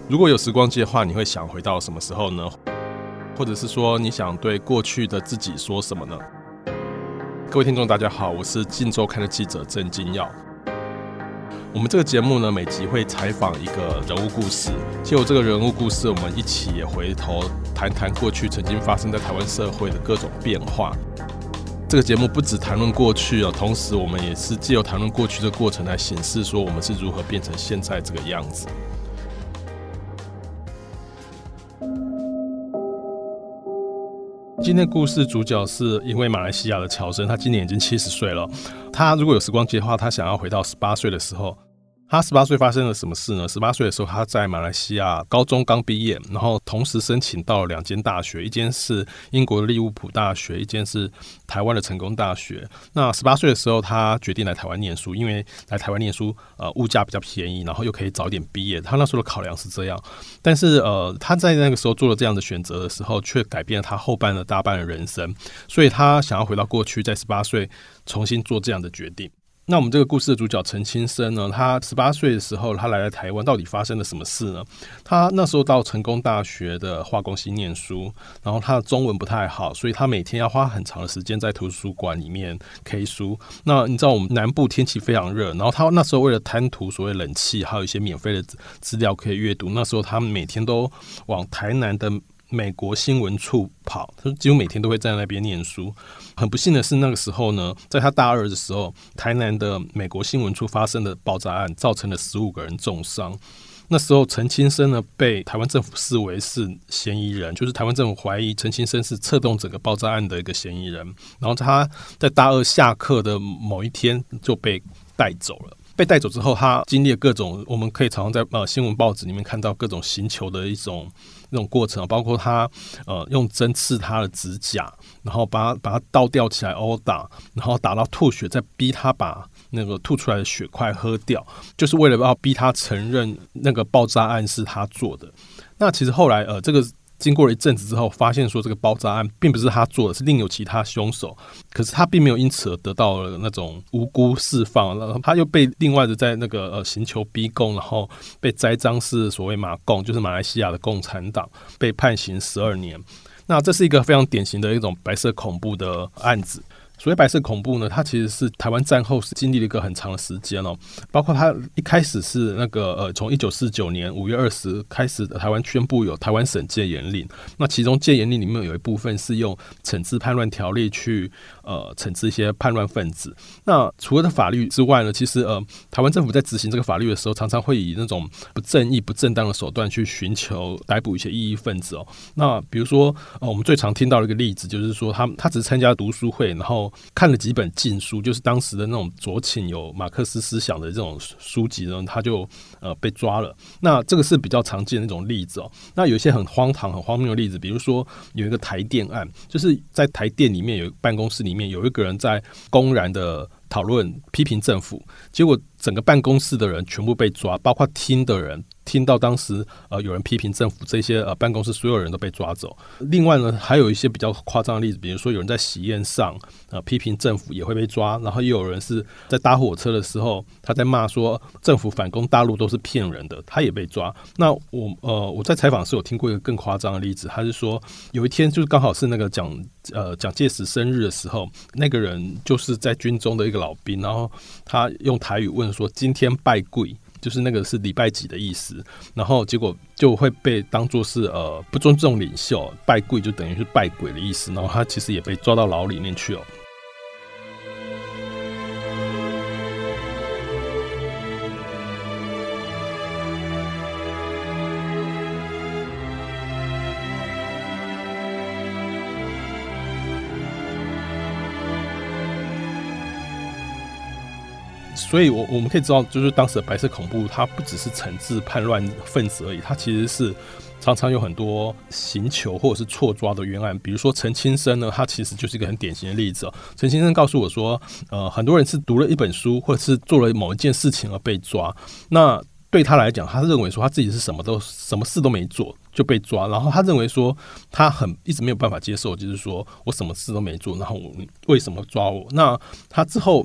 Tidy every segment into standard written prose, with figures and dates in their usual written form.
如果有时光机的话，你会想回到什么时候呢？或者是说你想对过去的自己说什么呢？各位听众大家好，我是镜周刊的记者郑金耀。我们这个节目呢，每集会采访一个人物故事，借由这个人物故事，我们一起也回头谈谈过去曾经发生在台湾社会的各种变化。这个节目不只谈论过去，同时我们也是借由谈论过去的过程来显示说我们是如何变成现在这个样子。今天故事主角是一位马来西亚的侨生，他今年已经70岁了。他如果有时光机的话，他想要回到18岁的时候。他18岁发生了什么事呢？18岁的时候，他在马来西亚高中刚毕业，然后同时申请到了2间大学，一间是英国的利物浦大学，一间是台湾的成功大学。那18岁的时候，他决定来台湾念书，因为来台湾念书，物价比较便宜，然后又可以早点毕业。他那时候的考量是这样，但是他在那个时候做了这样的选择的时候，却改变了他后半的大半的人生，所以他想要回到过去，在18岁重新做这样的决定。那我们这个故事的主角陈清生呢，他18岁的时候，他来了台湾，到底发生了什么事呢？他那时候到成功大学的化工系念书，然后他的中文不太好，所以他每天要花很长的时间在图书馆里面 K 书。那你知道我们南部天气非常热，然后他那时候为了贪图所谓冷气，还有一些免费的资料可以阅读，那时候他们每天都往台南的美国新闻处跑，他几乎每天都会在那边念书。很不幸的是，那个时候呢，在他大二的时候，台南的美国新闻处发生的爆炸案，造成了15个人重伤。那时候陈清生呢，被台湾政府视为是嫌疑人，就是台湾政府怀疑陈清生是策动整个爆炸案的一个嫌疑人。然后他在大二下课的某一天就被带走了。被带走之后，他经历了各种我们可以常常在新闻报纸里面看到各种刑求的一种过程，包括他用针刺他的指甲，然后把他倒吊起来殴打，然后打到吐血，再逼他把那个吐出来的血块喝掉，就是为了要逼他承认那个爆炸案是他做的。那其实后来这个经过了一阵子之后，发现说这个爆炸案并不是他做的，是另有其他凶手。可是他并没有因此而得到了那种无辜释放，然后他又被另外的在那个刑求逼供，然后被栽赃是所谓马共，就是马来西亚的共产党，被判刑12年。那这是一个非常典型的一种白色恐怖的案子。所谓白色恐怖呢，它其实是台湾战后是经历了一个很长的时间包括它一开始是那个从1949年5月20开始，台湾宣布有台湾省戒严令。那其中戒严令里面有一部分是用惩治叛乱条例去惩治一些叛乱分子。那除了的法律之外呢，其实台湾政府在执行这个法律的时候，常常会以那种不正义、不正当的手段去寻求逮捕一些异议分子那比如说我们最常听到的一个例子，就是说他只是参加读书会，然后看了几本禁书，就是当时的那种左倾有马克思思想的这种书籍呢，他就被抓了。那这个是比较常见的那种例子那有一些很荒唐、很荒谬的例子，比如说有一个台电案，就是在台电里面有办公室里面有一个人在公然的讨论批评政府，结果整个办公室的人全部被抓，包括听的人听到当时有人批评政府，这些办公室所有人都被抓走。另外呢，还有一些比较夸张的例子，比如说有人在喜宴上批评政府也会被抓，然后也有人是在搭火车的时候他在骂说政府反攻大陆都是骗人的，他也被抓。那我在采访的时候有听过一个更夸张的例子，他是说有一天就是刚好是那个蒋介石生日的时候，那个人就是在军中的一个老兵，然后他用台语问说今天拜跪，就是那个是礼拜几的意思，然后结果就会被当作是不尊重领袖，拜跪就等于是拜鬼的意思，然后他其实也被抓到牢里面去所以我们可以知道，就是当时的白色恐怖，它不只是惩治叛乱分子而已，它其实是常常有很多刑求或者是错抓的冤案。比如说陈清生呢，他其实就是一个很典型的例子陈清生告诉我说，很多人是读了一本书或者是做了某一件事情而被抓，那对他来讲，他认为说他自己是什么事都没做就被抓，然后他认为说他一直没有办法接受，就是说我什么事都没做，然后为什么抓我？那他之后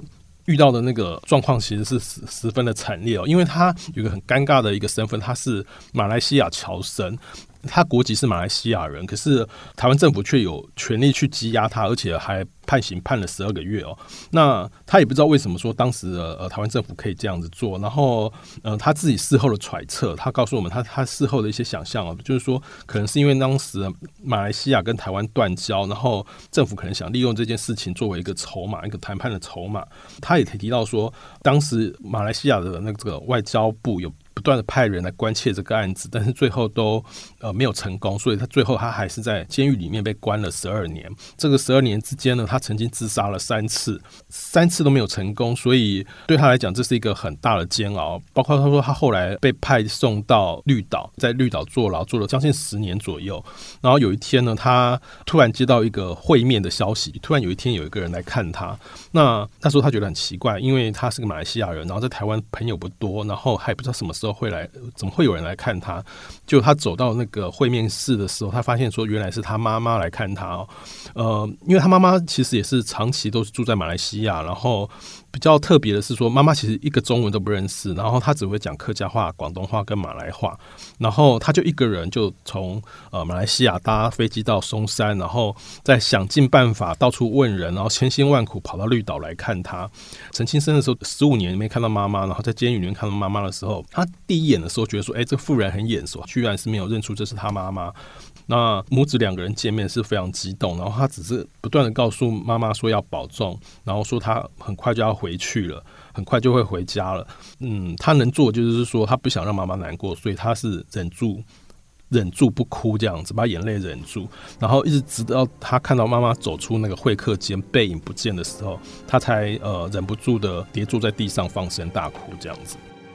遇到的那个状况其实是十分的惨烈哦，因为他有一个很尴尬的一个身份，他是马来西亚侨生。他国籍是马来西亚人，可是台湾政府却有权利去羁押他，而且还判刑判了12个月哦。那他也不知道为什么说当时的台湾政府可以这样子做，然后他自己事后的揣测，他告诉我们他事后的一些想象哦，就是说可能是因为当时马来西亚跟台湾断交，然后政府可能想利用这件事情作为一个筹码，一个谈判的筹码。他也提到说，当时马来西亚的那个外交部有不断的派人来关切这个案子，但是最后都没有成功，所以他最后他还是在监狱里面被关了12年。这个12年之间呢，他曾经自杀了3次都没有成功，所以对他来讲这是一个很大的煎熬。包括他说他后来被派送到绿岛，在绿岛坐牢坐了将近10年左右。然后有一天呢，他突然接到一个会面的消息，突然有一天有一个人来看他。那时候他觉得很奇怪，因为他是个马来西亚人，然后在台湾朋友不多，然后还不知道什么时候会来，怎么会有人来看他。就他走到那个会面室的时候，他发现说原来是他妈妈来看他哦。因为他妈妈其实也是长期都是住在马来西亚，然后比较特别的是说，妈妈其实一个中文都不认识，然后她只会讲客家话、广东话跟马来话，然后她就一个人就从马来西亚搭飞机到松山，然后再想尽办法到处问人，然后千辛万苦跑到绿岛来看他。陈清生的时候15年没看到妈妈，然后在监狱里面看到妈妈的时候，他第一眼的时候觉得说，这妇人很眼熟，居然是没有认出这是他妈妈。那母子2个人见面是非常激动，然后他只是不断的告诉妈妈说要保重，然后说他很快就要回去了，很快就会回家了。他能做就是说他不想让妈妈难过，所以他是忍住不哭这样子，把眼泪忍住，然后一直直到他看到妈妈走出那个会客间背影不见的时候，他才忍不住的跌坐在地上放声大哭这样子。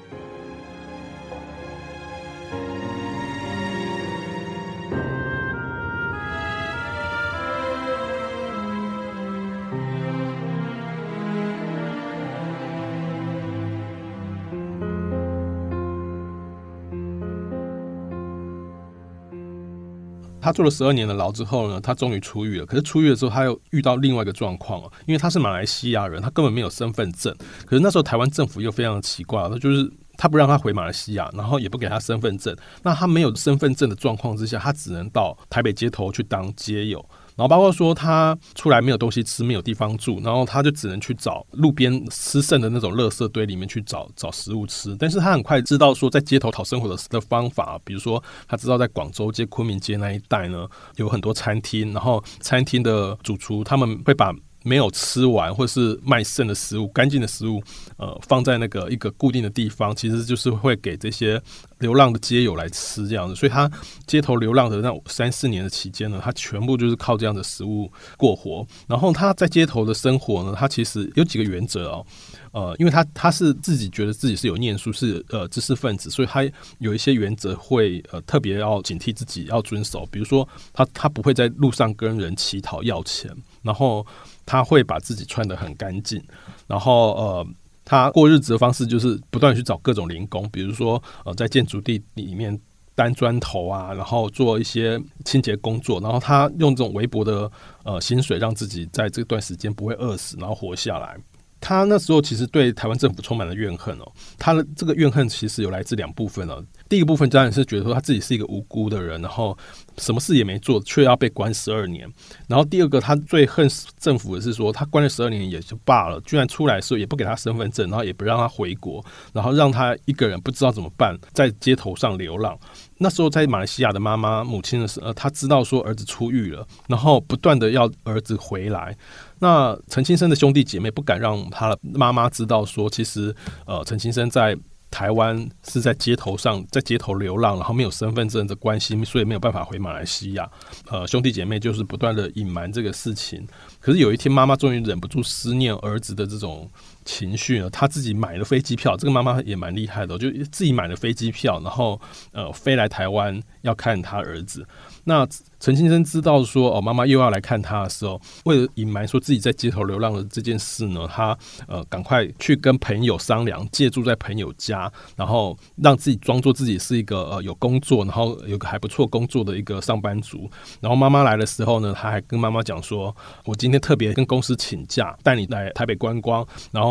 他坐了12年的牢之后呢，他终于出狱了。可是出狱的时候，他又遇到另外一个状况哦，因为他是马来西亚人，他根本没有身份证。可是那时候台湾政府又非常的奇怪，那就是他不让他回马来西亚，然后也不给他身份证。那他没有身份证的状况之下，他只能到台北街头去当街友。然后包括说他出来没有东西吃，没有地方住，然后他就只能去找路边吃剩的那种垃圾堆里面去找食物吃。但是他很快知道说在街头讨生活的方法，比如说他知道在广州街、昆明街那一带呢有很多餐厅，然后餐厅的主厨他们会把没有吃完或是卖剩的食物、干净的食物，放在那个一个固定的地方，其实就是会给这些流浪的街友来吃这样子。所以他街头流浪的那3-4年的期间呢，他全部就是靠这样的食物过活。然后他在街头的生活呢，他其实有几个原则哦。因为他是自己觉得自己是有念书，是知识分子，所以他有一些原则会特别要警惕自己要遵守。比如说他不会在路上跟人乞讨要钱，然后他会把自己穿得很干净，然后他过日子的方式就是不断去找各种零工，比如说在建筑地里面搬砖头啊，然后做一些清洁工作，然后他用这种微薄的薪水让自己在这段时间不会饿死，然后活下来。他那时候其实对台湾政府充满了怨恨哦，他的这个怨恨其实有来自2部分哦。第一个部分当然是觉得说他自己是一个无辜的人，然后什么事也没做，却要被关12年。然后第二个，他最恨政府的是说，他关了12年也就罢了，居然出来的时候也不给他身份证，然后也不让他回国，然后让他一个人不知道怎么办，在街头上流浪。那时候在马来西亚的母亲的时候，他知道说儿子出狱了，然后不断的要儿子回来。那陈清生的兄弟姐妹不敢让他的妈妈知道说，其实陈清生在台湾是在街头上，在街头流浪，然后没有身份证的关系，所以没有办法回马来西亚。兄弟姐妹就是不断的隐瞒这个事情。可是有一天，妈妈终于忍不住思念儿子的这种情绪呢，她自己买了飞机票。这个妈妈也蛮厉害的，就自己买了飞机票，然后飞来台湾要看他儿子。那陈清生知道说妈妈又要来看他的时候，为了隐瞒说自己在街头流浪的这件事呢，他赶快去跟朋友商量，借住在朋友家，然后让自己装作自己是一个有工作，然后有个还不错工作的一个上班族。然后妈妈来的时候呢，他还跟妈妈讲说，我今天特别跟公司请假，带你来台北观光，然后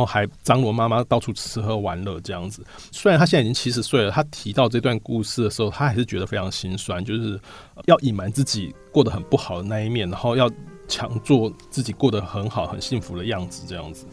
后还张罗妈妈到处吃喝玩乐这样子。虽然他现在已经70岁了，他提到这段故事的时候，他还是觉得非常心酸，就是要隐瞒自己过得很不好的那一面，然后要强做自己过得很好很幸福的样子这样子。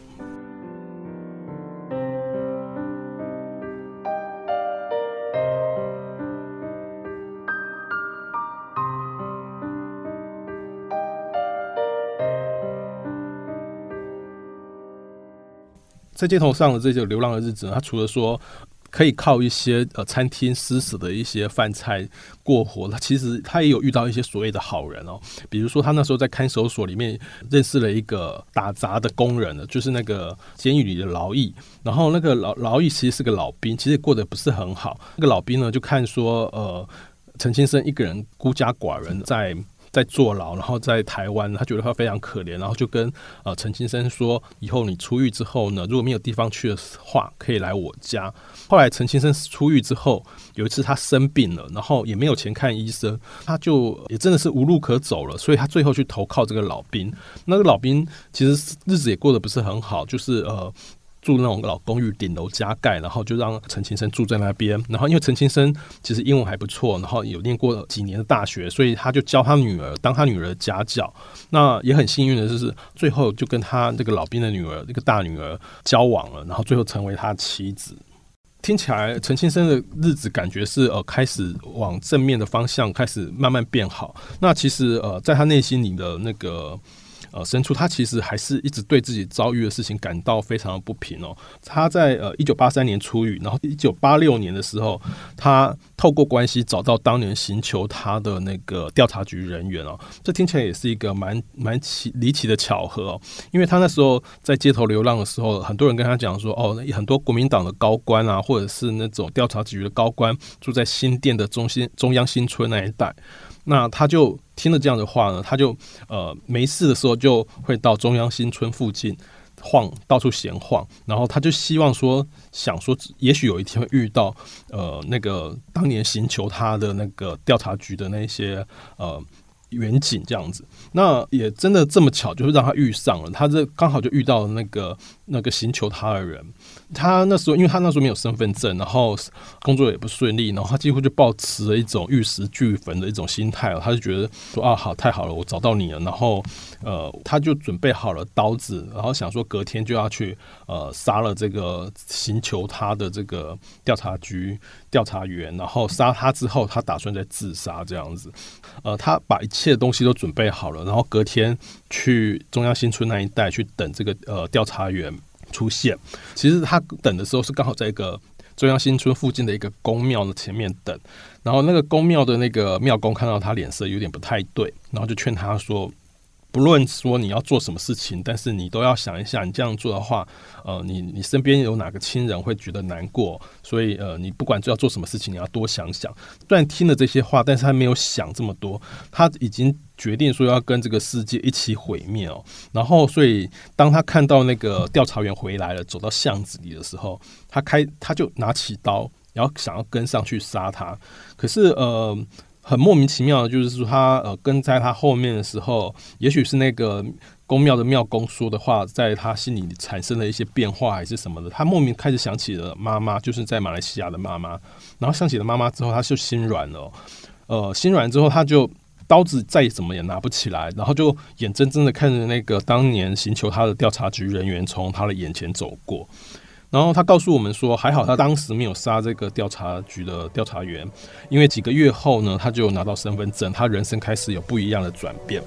在街头上的这些流浪的日子呢，他除了说可以靠一些餐厅施舍的一些饭菜过活，其实他也有遇到一些所谓的好人哦。比如说他那时候在看守所里面认识了一个打杂的工人，就是那个监狱里的劳役。然后那个劳役其实是个老兵，其实过得不是很好。那个老兵呢就看说陈先生一个人孤家寡人在坐牢，然后在台湾，他觉得他非常可怜，然后就跟陈先生说，以后你出狱之后呢，如果没有地方去的话，可以来我家。后来陈先生出狱之后，有一次他生病了，然后也没有钱看医生，他就也真的是无路可走了，所以他最后去投靠这个老兵。那个老兵其实日子也过得不是很好，就是住那种老公寓，顶楼加盖，然后就让陈先生住在那边。然后因为陈先生其实英文还不错，然后有念过几年的大学，所以他就教他女儿，当他女儿的家教。那也很幸运的就是最后就跟他这个老兵的女儿，这个大女儿交往了，然后最后成为他的妻子。听起来陈先生的日子感觉是开始往正面的方向开始慢慢变好。那其实在他内心里的那个深处，他其实还是一直对自己遭遇的事情感到非常的不平哦。他在1983年出狱，然后1986年的时候，他透过关系找到当年刑求他的那个调查局人员哦。这听起来也是一个蛮离奇的巧合哦。因为他那时候在街头流浪的时候，很多人跟他讲说，很多国民党的高官啊，或者是那种调查局的高官住在新店的中央新村那一带。那他就听了这样的话呢，他就没事的时候就会到中央新村附近到处闲晃，然后他就想说，也许有一天会遇到那个当年刑求他的那个调查局的那些远景这样子。那也真的这么巧，就是让他遇上了，他这刚好就遇到了那个刑求他的人。他那时候因为他那时候没有身份证，然后工作也不顺利，然后他几乎就抱持了一种玉石俱焚的一种心态，他就觉得说好，太好了，我找到你了。然后他就准备好了刀子，然后想说隔天就要去杀了这个刑求他的这个调查局调查员，然后杀他之后，他打算再自杀这样子。他把一切东西都准备好了，然后隔天去中央新村那一带去等这个调查员出现。其实他等的时候是刚好在一个中央新村附近的一个宫庙的前面等，然后那个宫庙的那个庙公看到他脸色有点不太对，然后就劝他说，不论说你要做什么事情，但是你都要想一下，你这样做的话，你身边有哪个亲人会觉得难过，所以你不管要做什么事情，你要多想想。虽然听了这些话，但是他没有想这么多，他已经决定说要跟这个世界一起毁灭哦。然后，所以当他看到那个调查员回来了，走到巷子里的时候，他就拿起刀，然后想要跟上去杀他，可是很莫名其妙的，就是说他跟在他后面的时候，也许是那个宫庙的庙公说的话，在他心里产生了一些变化，还是什么的。他莫名开始想起了妈妈，就是在马来西亚的妈妈。然后想起了妈妈之后，他就心软了。心软之后，他就刀子再怎么也拿不起来，然后就眼睁睁的看着那个当年刑求他的调查局人员从他的眼前走过。然后他告诉我们说，还好他当时没有杀这个调查局的调查员，因为几个月后呢，他就拿到身份证，他人生开始有不一样的转变。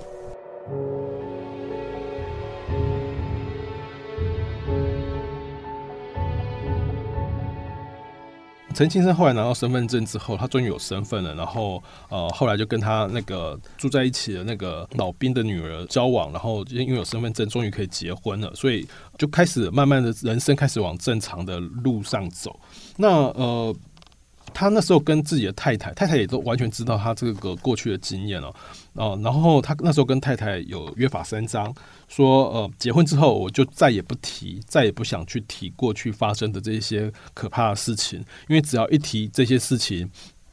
陈先生后来拿到身份证之后，他终于有身份了，然后后来就跟他那个住在一起的那个老兵的女儿交往，然后因为有身份证，终于可以结婚了，所以就开始慢慢的人生开始往正常的路上走。那他那时候跟自己的太太也都完全知道他这个过去的经验然后他那时候跟太太有约法三章，说结婚之后我就再也不想去提过去发生的这些可怕的事情，因为只要一提这些事情，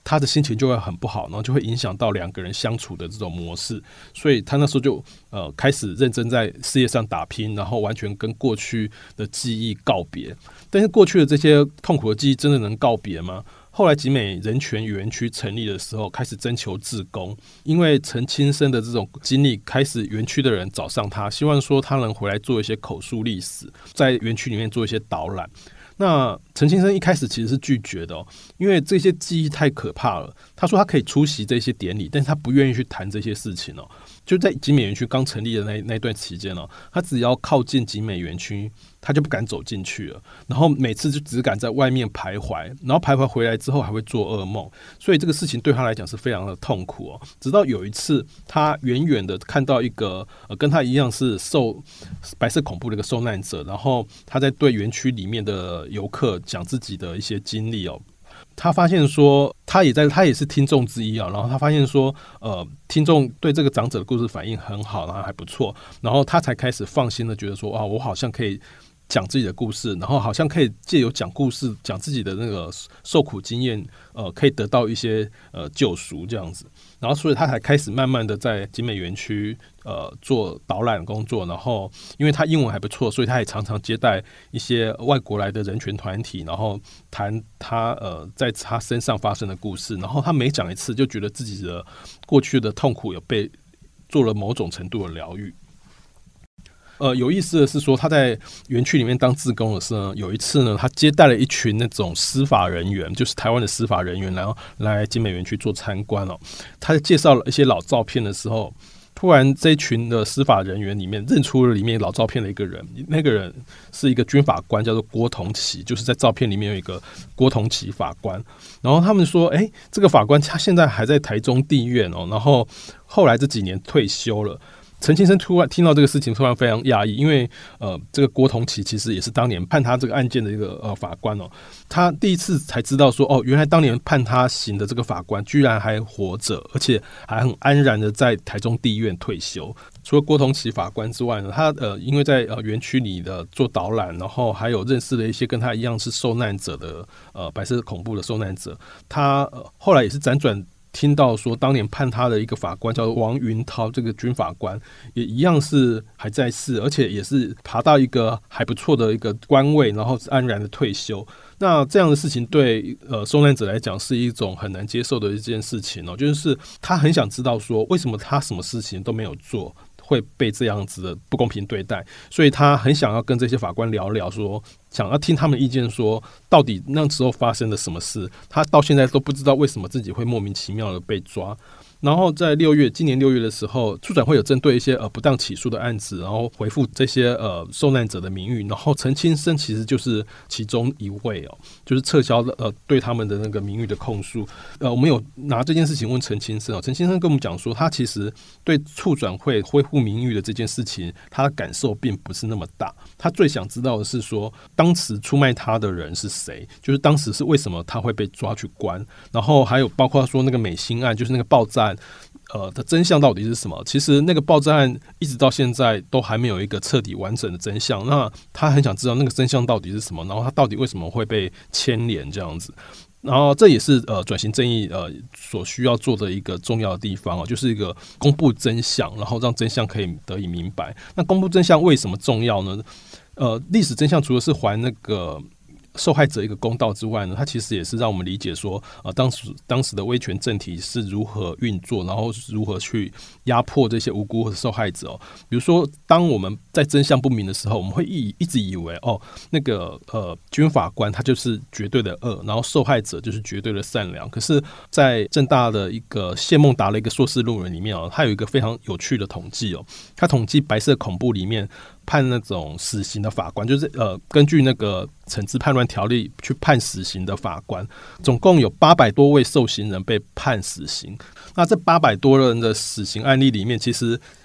他的心情就会很不好，然后就会影响到两个人相处的这种模式，所以他那时候就开始认真在事业上打拼，然后完全跟过去的记忆告别。但是过去的这些痛苦的记忆真的能告别吗？后来集美人权园区成立的时候，开始征求志工，因为陈清生的这种经历，开始园区的人找上他，希望说他能回来做一些口述历史，在园区里面做一些导览。那陈清生一开始其实是拒绝的因为这些记忆太可怕了。他说他可以出席这些典礼，但是他不愿意去谈这些事情就在集美园区刚成立的那段期间他只要靠近集美园区，他就不敢走进去了，然后每次就只敢在外面徘徊，然后徘徊回来之后还会做噩梦，所以这个事情对他来讲是非常的痛苦直到有一次，他远远的看到一个跟他一样是受白色恐怖的一个受难者，然后他在对园区里面的游客讲自己的一些经历他发现说他也是听众之一然后他发现说听众对这个长者的故事反应很好，然后还不错，然后他才开始放心的觉得说我好像可以讲自己的故事，然后好像可以借由讲故事讲自己的那个受苦经验可以得到一些救赎这样子，然后所以他才开始慢慢的在集美园区做导览工作，然后因为他英文还不错，所以他也常常接待一些外国来的人权团体，然后谈他在他身上发生的故事，然后他每讲一次就觉得自己的过去的痛苦有被做了某种程度的疗愈。有意思的是说，他在园区里面当志工的时候，有一次呢，他接待了一群那种司法人员，就是台湾的司法人员，然后来集美园区做参观他在介绍了一些老照片的时候，突然这一群的司法人员里面认出了里面老照片的一个人，那个人是一个军法官，叫做郭同奇，就是在照片里面有一个郭同奇法官。然后他们说，这个法官他现在还在台中地院然后后来这几年退休了。陈清生突然听到这个事情，突然非常讶异，因为这个郭同奇其实也是当年判他这个案件的一个法官他第一次才知道说原来当年判他刑的这个法官居然还活着，而且还很安然的在台中地院退休。除了郭同奇法官之外呢，他因为在园区里的做导览，然后还有认识了一些跟他一样是受难者的白色恐怖的受难者，他后来也是辗转听到说当年判他的一个法官叫做王云涛，这个军法官也一样是还在世，而且也是爬到一个还不错的一个官位，然后安然的退休。那这样的事情对受难者来讲是一种很难接受的一件事情就是他很想知道说为什么他什么事情都没有做会被这样子的不公平对待，所以他很想要跟这些法官聊聊说，想要听他们的意见说到底那时候发生了什么事，他到现在都不知道为什么自己会莫名其妙的被抓。然后在今年6月的时候，促转会有针对一些不当起诉的案子，然后回复这些受难者的名誉，然后陈清生其实就是其中一位就是撤销对他们的那个名誉的控诉。我们有拿这件事情问陈清生陈清生跟我们讲说，他其实对促转会恢复名誉的这件事情，他的感受并不是那么大。他最想知道的是说，当时出卖他的人是谁，就是当时是为什么他会被抓去关，然后还有包括说那个美心案，就是那个爆炸案的真相到底是什么？其实那个爆炸案一直到现在都还没有一个彻底完整的真相。那他很想知道那个真相到底是什么，然后他到底为什么会被牵连这样子。然后这也是转型正义所需要做的一个重要的地方就是一个公布真相，然后让真相可以得以明白。那公布真相为什么重要呢？历史真相除了是还那个受害者一个公道之外呢，它其实也是让我们理解说当时的威权政体是如何运作，然后如何去压迫这些无辜的受害者比如说当我们在真相不明的时候，我们会一直以为那个军法官他就是绝对的恶，然后受害者就是绝对的善良。可是在政大的一个谢孟达的一个硕士论文里面他有一个非常有趣的统计他统计白色恐怖里面判那种死刑的法官，就是根据那个惩治叛乱条例去判死刑的法官，总共有800多位受刑人被判死刑。那这800多人的死刑案例里面，其实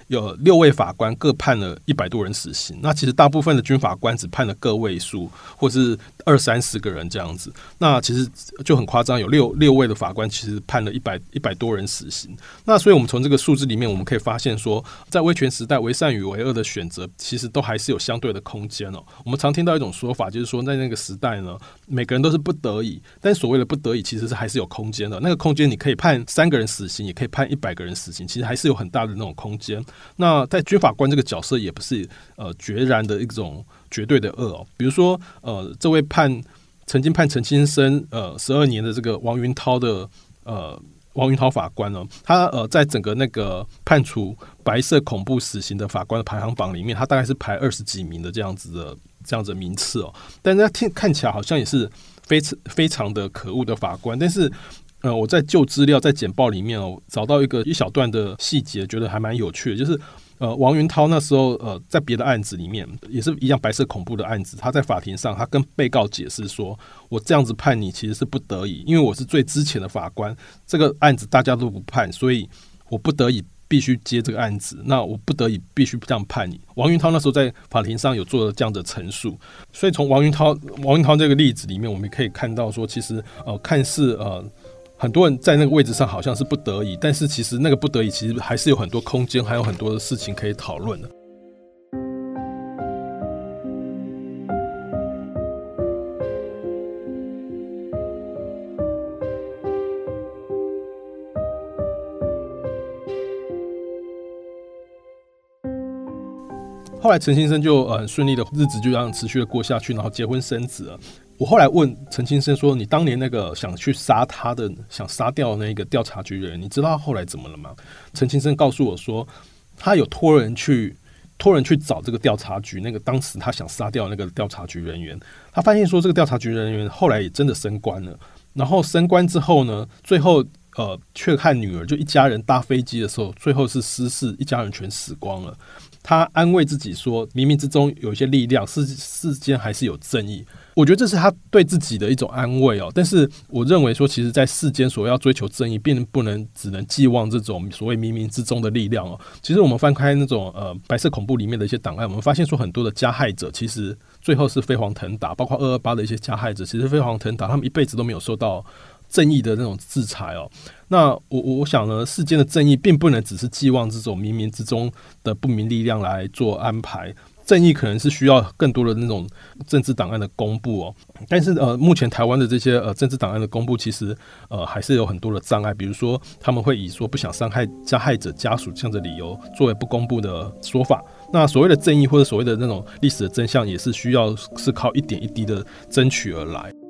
有6位法官各判了100多人死刑，那其实大部分的军法官只判了个位数，或是20-30个人这样子，那其实就很夸张，有六位的法官其实判了100多人死刑。那所以我们从这个数字里面，我们可以发现说，在威权时代，为善与为恶的选择其实都还是有相对的空间哦。我们常听到一种说法，就是说在那个时代呢，每个人都是不得已，但所谓的不得已其实是还是有空间的，那个空间你可以判3个人死刑，也可以判100个人死刑，其实还是有很大的那种空间。那在军法官这个角色也不是决然的一种绝对的恶哦。比如说这位曾经判陈清生12年的这个王云涛的王云涛法官呢，他在整个那个判处白色恐怖死刑的法官的排行榜里面，他大概是排20几名的这样子的名次哦。但是他看起来好像也是非常的可恶的法官，但是我在旧资料在简报里面找到一小段的细节，觉得还蛮有趣的，就是王云涛那时候在别的案子里面也是一样白色恐怖的案子，他在法庭上他跟被告解释说，我这样子判你其实是不得已，因为我是最之前的法官，这个案子大家都不判，所以我不得已必须接这个案子，那我不得已必须这样判你。王云涛那时候在法庭上有做了这样的陈述，所以从王云涛这个例子里面，我们可以看到说，其实看似很多人在那个位置上好像是不得已，但是其实那个不得已其实还是有很多空间，还有很多的事情可以讨论的。后来陈先生就很顺利的日子就这样持续的过下去，然后结婚生子了。我后来问陈先生说，你当年那个想去杀他的想杀掉那个调查局人，你知道他后来怎么了吗？陈先生告诉我说，他有托人去找这个调查局那个当时他想杀掉那个调查局人员，他发现说这个调查局人员后来也真的升官了，然后升官之后呢，最后却和女儿就一家人搭飞机的时候，最后是失事，一家人全死光了。他安慰自己说，冥冥之中有一些力量，世间还是有正义。我觉得这是他对自己的一种安慰哦。但是我认为说，其实在世间所要追求正义，并不能只能寄望这种所谓冥冥之中的力量哦。其实我们翻开那种白色恐怖里面的一些档案，我们发现说很多的加害者其实最后是飞黄腾达，包括228的一些加害者，其实飞黄腾达，他们一辈子都没有受到正义的那种制裁哦。那我想呢，世间的正义并不能只是寄望这种冥冥之中的不明力量来做安排，正义可能是需要更多的那种政治档案的公布哦。但是目前台湾的这些政治档案的公布，其实还是有很多的障碍，比如说他们会以说不想伤害加害者家属这样的理由作为不公布的说法。那所谓的正义或者所谓的那种历史的真相，也是需要是靠一点一滴的争取而来。